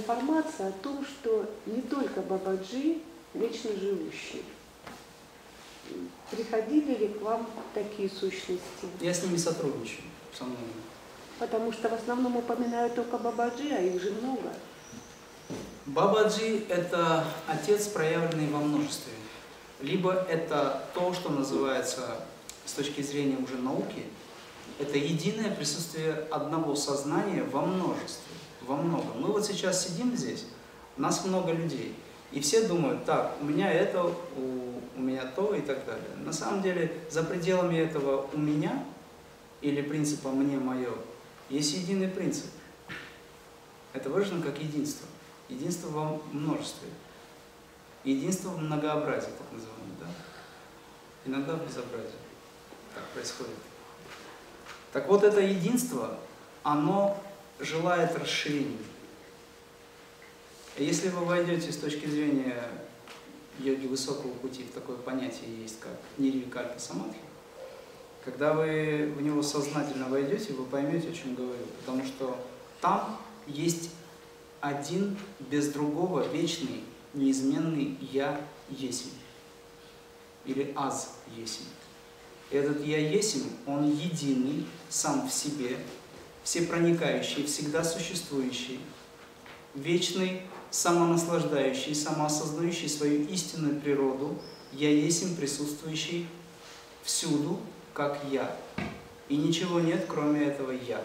информация о том, что не только Бабаджи вечно живущий. Приходили ли к вам такие сущности? Я с ними сотрудничаю, со мной. Потому что в основном упоминают только Бабаджи, а их же много. Бабаджи – это отец, проявленный во множестве. Либо это то, что называется, с точки зрения уже науки, это единое присутствие одного сознания во множестве, во многом. Мы вот сейчас сидим здесь, нас много людей, и все думают, так, у меня это, у меня то и так далее. На самом деле, за пределами этого «у меня» или принципа «мне мое» есть единый принцип. Это выражено как единство. Единство во множестве. Единство в многообразии, так называемое, да? Иногда в безобразии. Так происходит. Так вот, это единство, оно желает расширения. Если вы войдете с точки зрения йоги высокого пути в такое понятие есть, как нирвикальпа самадхи, когда вы в него сознательно войдете, вы поймете, о чем говорю. Потому что там есть один без другого вечный, неизменный «Я Есмь» или «Аз Есмь». Этот «Я Есмь», он единый, сам в себе, всепроникающий, всегда существующий, вечный, самонаслаждающий, самоосознающий свою истинную природу, «Я Есмь», присутствующий всюду, как «Я». И ничего нет, кроме этого «Я».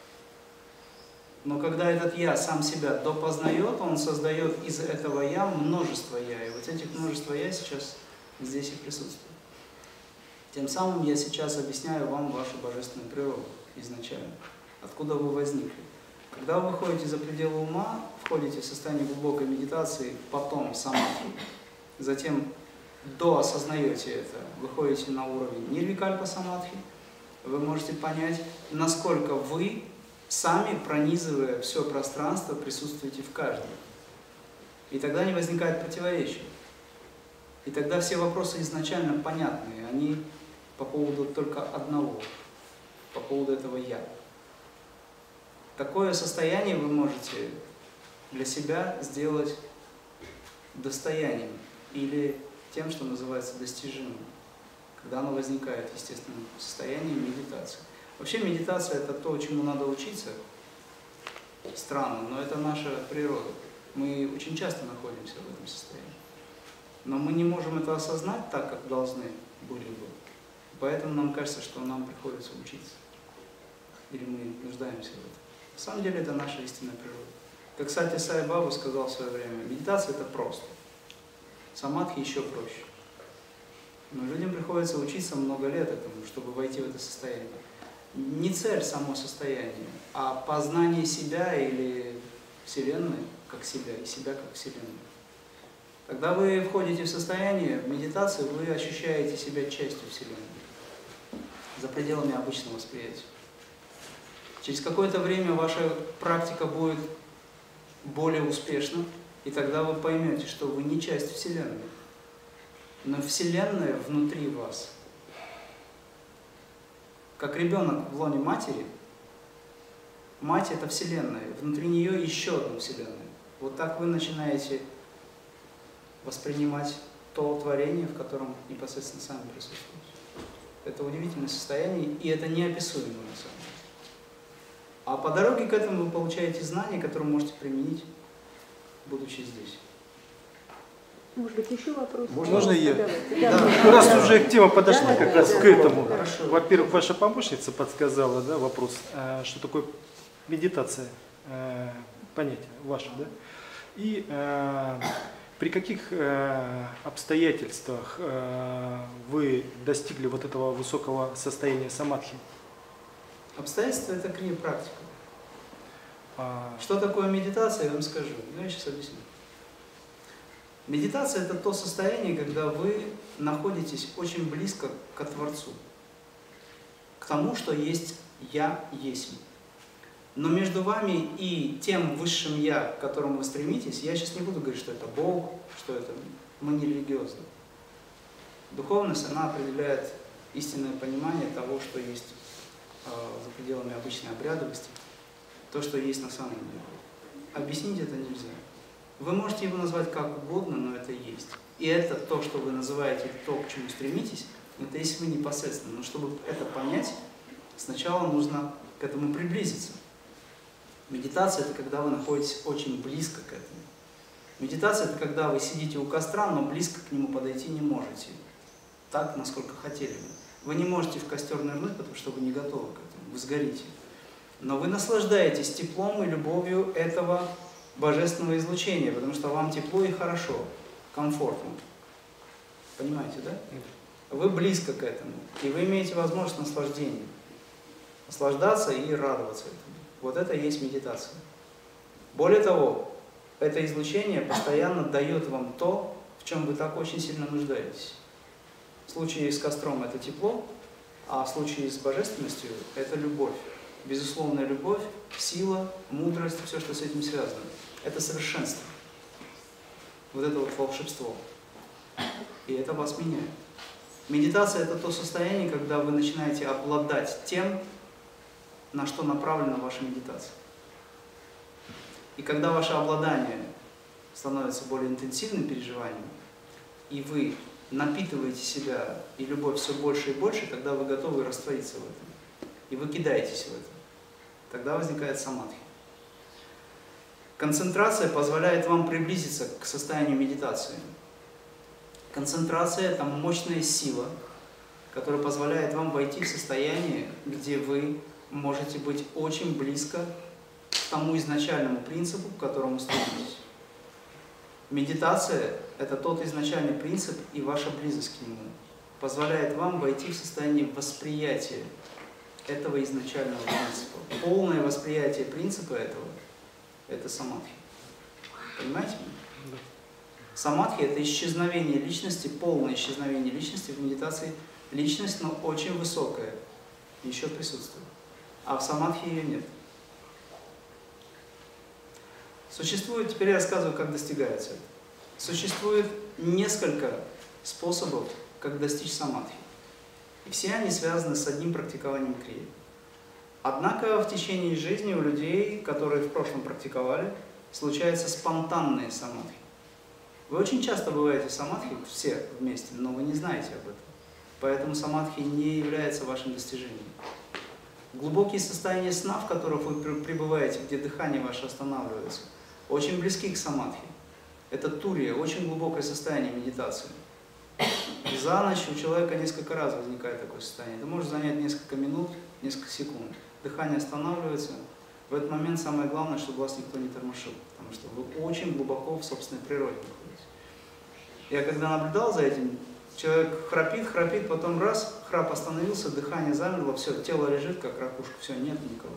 Но когда этот «я» сам себя допознает, он создает из этого «я» множество «я». И вот этих множество «я» сейчас здесь и присутствует. Тем самым я сейчас объясняю вам вашу божественную природу изначально. Откуда вы возникли. Когда вы выходите за пределы ума, входите в состояние глубокой медитации, потом самадхи, затем доосознаете это, выходите на уровень нирвикальпа самадхи, вы можете понять, насколько вы сами, пронизывая все пространство, присутствуете в каждом. И тогда не возникает противоречия. И тогда все вопросы изначально понятные, они по поводу только одного, по поводу этого «я». Такое состояние вы можете для себя сделать достоянием или тем, что называется достижимым, когда оно возникает в естественном состоянии медитации. Вообще медитация – это то, чему надо учиться. Странно, но это наша природа. Мы очень часто находимся в этом состоянии. Но мы не можем это осознать так, как должны были бы. Поэтому нам кажется, что нам приходится учиться. Или мы нуждаемся в этом. На самом деле это наша истинная природа. Как, кстати, Сай Баба сказал в свое время, медитация – это просто. Самадхи еще проще. Но людям приходится учиться много лет этому, чтобы войти в это состояние. Не цель само состояние, а познание себя или Вселенной как себя, и себя как Вселенную. Когда вы входите в состояние, в медитацию, вы ощущаете себя частью Вселенной, за пределами обычного восприятия. Через какое-то время ваша практика будет более успешна, и тогда вы поймете, что вы не часть Вселенной, но Вселенная внутри вас. Как ребенок в лоне матери, мать – это Вселенная, внутри нее еще одна Вселенная. Вот так вы начинаете воспринимать то творение, в котором непосредственно сами присутствуете. Это удивительное состояние, и это неописуемо на самом деле. А по дороге к этому вы получаете знания, которые можете применить, будучи здесь. Может быть, еще вопрос? Можно я? Да. Раз уже тема подошла как раз к этому. Во-первых, ваша помощница подсказала, да, вопрос, что такое медитация, понятие ваше, да? И при каких обстоятельствах вы достигли вот этого высокого состояния самадхи? Обстоятельства – это крия-практика. Что такое медитация, я вам скажу. Я сейчас объясню. Медитация – это то состояние, когда вы находитесь очень близко к Творцу, к тому, что есть «Я Есмь». Но между вами и тем высшим «Я», к которому вы стремитесь, я сейчас не буду говорить, что это Бог, что это… Мы не религиозны. Духовность, она определяет истинное понимание того, что есть за пределами обычной обрядовости, то, что есть на самом деле. Объяснить это нельзя. Вы можете его назвать как угодно, но это есть. И это то, что вы называете, то, к чему стремитесь, это если вы непосредственно. Но чтобы это понять, сначала нужно к этому приблизиться. Медитация – это когда вы находитесь очень близко к этому. Медитация – это когда вы сидите у костра, но близко к нему подойти не можете. Так, насколько хотели бы. Вы не можете в костер нырнуть, потому что вы не готовы к этому, вы сгорите. Но вы наслаждаетесь теплом и любовью этого божественного излучения, потому что вам тепло и хорошо, комфортно. Понимаете, да? Вы близко к этому, и вы имеете возможность наслаждения. Наслаждаться и радоваться этому. Вот это и есть медитация. Более того, это излучение постоянно дает вам то, в чем вы так очень сильно нуждаетесь. В случае с костром это тепло, а в случае с божественностью это любовь. Безусловная любовь, сила, мудрость, все, что с этим связано. Это совершенство. Вот это вот волшебство. И это вас меняет. Медитация – это то состояние, когда вы начинаете обладать тем, на что направлена ваша медитация. И когда ваше обладание становится более интенсивным переживанием, и вы напитываете себя, и любовь все больше и больше, тогда вы готовы раствориться в этом. И вы кидаетесь в это. Тогда возникает самадхи. Концентрация позволяет вам приблизиться к состоянию медитации. Концентрация – это мощная сила, которая позволяет вам войти в состояние, где вы можете быть очень близко к тому изначальному принципу, к которому стремитесь. Медитация – это тот изначальный принцип, и ваша близость к нему позволяет вам войти в состояние восприятия этого изначального принципа. Полное восприятие принципа этого – это самадхи. Понимаете? Самадхи – это исчезновение личности, полное исчезновение личности. В медитации личность, но очень высокая, еще присутствует. А в самадхи ее нет. Существует, теперь я рассказываю, как достигается это. Существует несколько способов, как достичь самадхи. И все они связаны с одним практикованием крии. Однако в течение жизни у людей, которые в прошлом практиковали, случаются спонтанные самадхи. Вы очень часто бываете в самадхи, все вместе, но вы не знаете об этом. Поэтому самадхи не является вашим достижением. Глубокие состояния сна, в которых вы пребываете, где дыхание ваше останавливается, очень близки к самадхи. Это турия, очень глубокое состояние медитации. И за ночь у человека несколько раз возникает такое состояние. Это может занять несколько минут, несколько секунд. Дыхание останавливается. В этот момент самое главное, чтобы вас никто не тормошил, потому что вы очень глубоко в собственной природе находитесь. Я когда наблюдал за этим, человек храпит, потом раз, храп остановился, дыхание замерло, все, тело лежит как ракушка, все, нет никого.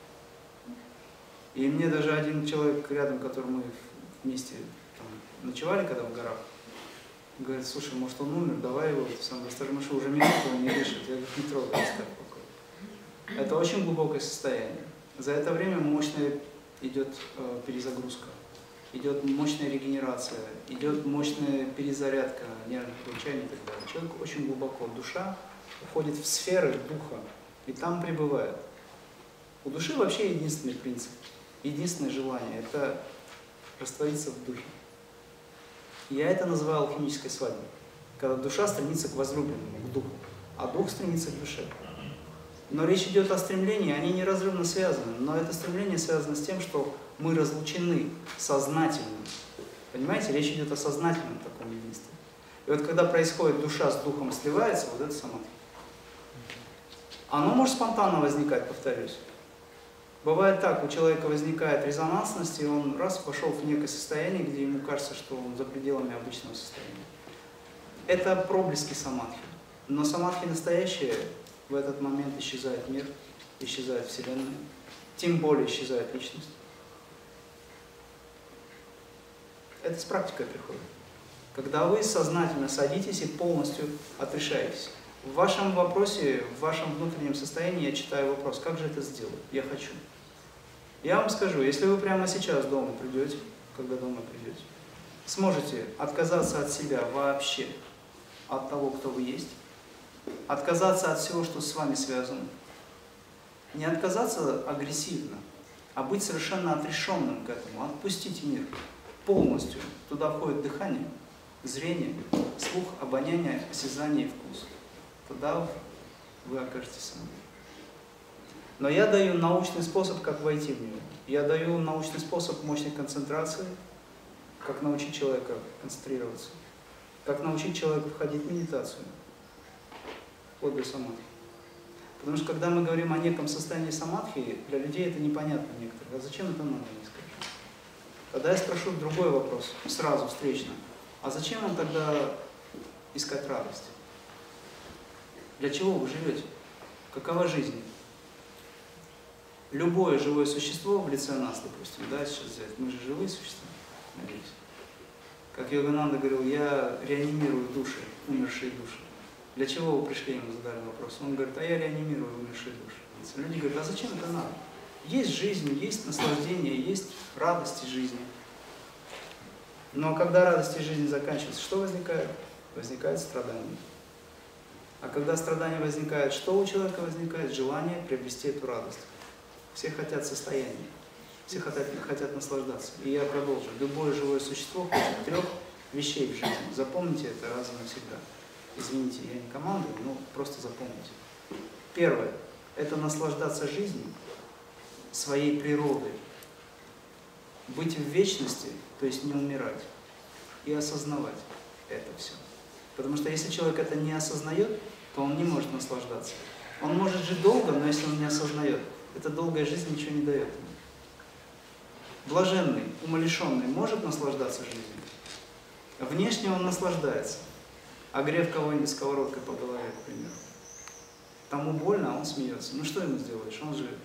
И мне даже один человек рядом, который мы вместе там ночевали, когда в горах, говорит: слушай, может он умер, давай его сам растормоши, уже минуту он не дышит. Я говорю: не трогай, оставь покой. Это очень глубокое состояние. За это время мощная идет перезагрузка, идет мощная регенерация, идет мощная перезарядка нервных окончаний и так далее. Человек очень глубоко, душа уходит в сферы духа и там пребывает. У души вообще единственный принцип, единственное желание – это раствориться в духе. Я это называю алхимической свадьбой, когда душа стремится к возлюбленному, к духу, а дух стремится к душе. Но речь идет о стремлении, они неразрывно связаны, но это стремление связано с тем, что мы разлучены сознательно. Понимаете, речь идет о сознательном таком единстве. И вот когда происходит, душа с духом сливается, вот это самадхи. Оно может спонтанно возникать, повторюсь. Бывает так, у человека возникает резонансность, и он раз вошел в некое состояние, где ему кажется, что он за пределами обычного состояния. Это проблески самадхи. Но самадхи настоящее, в этот момент исчезает мир, исчезает Вселенная, тем более исчезает личность. Это с практикой приходит. Когда вы сознательно садитесь и полностью отрешаетесь. В вашем вопросе, в вашем внутреннем состоянии я читаю вопрос: как же это сделать? Я хочу. Я вам скажу, если вы прямо сейчас дома придете, когда дома придете, сможете отказаться от себя вообще, от того, кто вы есть, отказаться от всего, что с вами связано. Не отказаться агрессивно, а быть совершенно отрешенным к этому, отпустить мир полностью. Туда входит дыхание, зрение, слух, обоняние, осязание и вкус. Тогда вы окажетесь сами. Но я даю научный способ, как войти в него. Я даю научный способ мощной концентрации, как научить человека концентрироваться, как научить человека входить в медитацию, вплоть до самадхи. Потому что когда мы говорим о неком состоянии самадхи, для людей это непонятно некоторых. А зачем это надо, не скажу. Тогда я спрошу другой вопрос, сразу, встречно. А зачем вам тогда искать радость? Для чего вы живете? Какова жизнь? Любое живое существо в лице нас, допустим, да, сейчас взять, мы же живые существа, надеюсь. Как Йогананда говорил, я реанимирую души, умершие души. Для чего вы пришли, ему задали вопрос? Он говорит, а я реанимирую умершие души. Люди говорят, а зачем это надо? Есть жизнь, есть наслаждение, есть радости жизни. Но когда радости жизни заканчиваются, что возникает? Возникает страдание. А когда страдание возникает, что у человека возникает? Желание приобрести эту радость. Все хотят состояния, все хотят наслаждаться. И я продолжу. Любое живое существо хочет 3 вещей в жизни. Запомните это раз и навсегда. Извините, я не командую, но просто запомните. Первое – это наслаждаться жизнью, своей природой. Быть в вечности, то есть не умирать. И осознавать это все. Потому что если человек это не осознает, то он не может наслаждаться. Он может жить долго, но если он не осознает, эта долгая жизнь ничего не дает ему. Блаженный, умалишенный может наслаждаться жизнью. Внешне он наслаждается, огрев кого-нибудь сковородкой по голове, к примеру. Тому больно, а он смеется. Ну что ему сделаешь? Он же...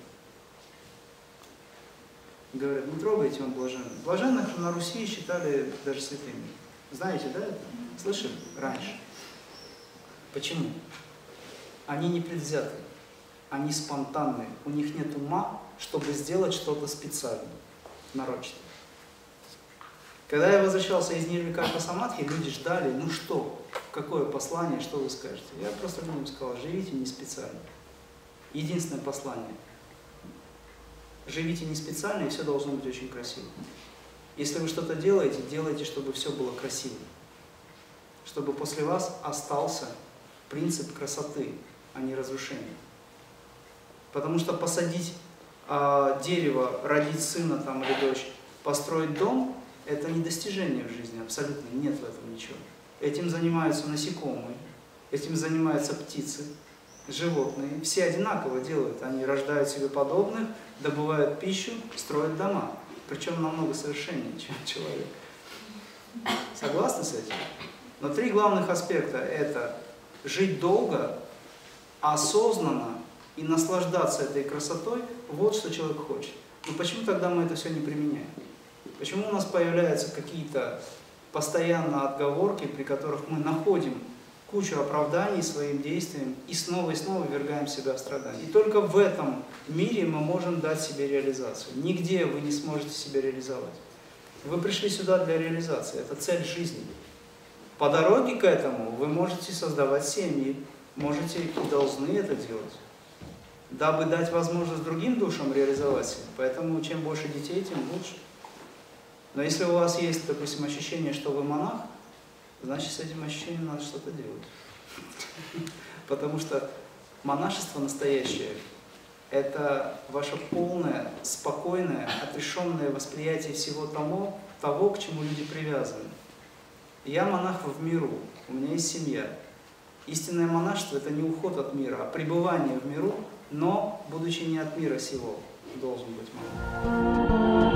Говорят, не трогайте, он блаженный. Блаженных на Руси считали даже святыми. Знаете, да это? Слышали? Раньше. Почему? Они не предвзяты, они спонтанные. У них нет ума, чтобы сделать что-то специально, нарочно. Когда я возвращался из Нирвикальпа Самадхи, люди ждали, ну что, какое послание, что вы скажете? Я просто людям сказал, живите не специально. Единственное послание. Живите не специально, и все должно быть очень красиво. Если вы что-то делаете, делайте, чтобы все было красиво. Чтобы после вас остался принцип красоты, а не разрушения. Потому что посадить дерево, родить сына там, или дочь, построить дом, это не достижение в жизни, абсолютно нет в этом ничего. Этим занимаются насекомые, этим занимаются птицы, животные. Все одинаково делают, они рождают себе подобных, добывают пищу, строят дома. Причем намного совершеннее, чем человек. Согласны с этим? Но 3 главных аспекта – это жить долго, осознанно и наслаждаться этой красотой. Вот что человек хочет. Но почему тогда мы это все не применяем? Почему у нас появляются какие-то постоянно отговорки, при которых мы находим кучу оправданий своим действиям и снова ввергаем себя в страдания? И только в этом мире мы можем дать себе реализацию. Нигде вы не сможете себя реализовать. Вы пришли сюда для реализации, это цель жизни. По дороге к этому вы можете создавать семьи, можете и должны это делать, дабы дать возможность другим душам реализовать себя. Поэтому чем больше детей, тем лучше. Но если у вас есть, допустим, ощущение, что вы монах, значит, с этим ощущением надо что-то делать. Потому что монашество настоящее – это ваше полное, спокойное, отрешенное восприятие всего того, к чему люди привязаны. Я монах в миру, у меня есть семья. Истинное монашество – это не уход от мира, а пребывание в миру, но, будучи не от мира сего, должен быть монах.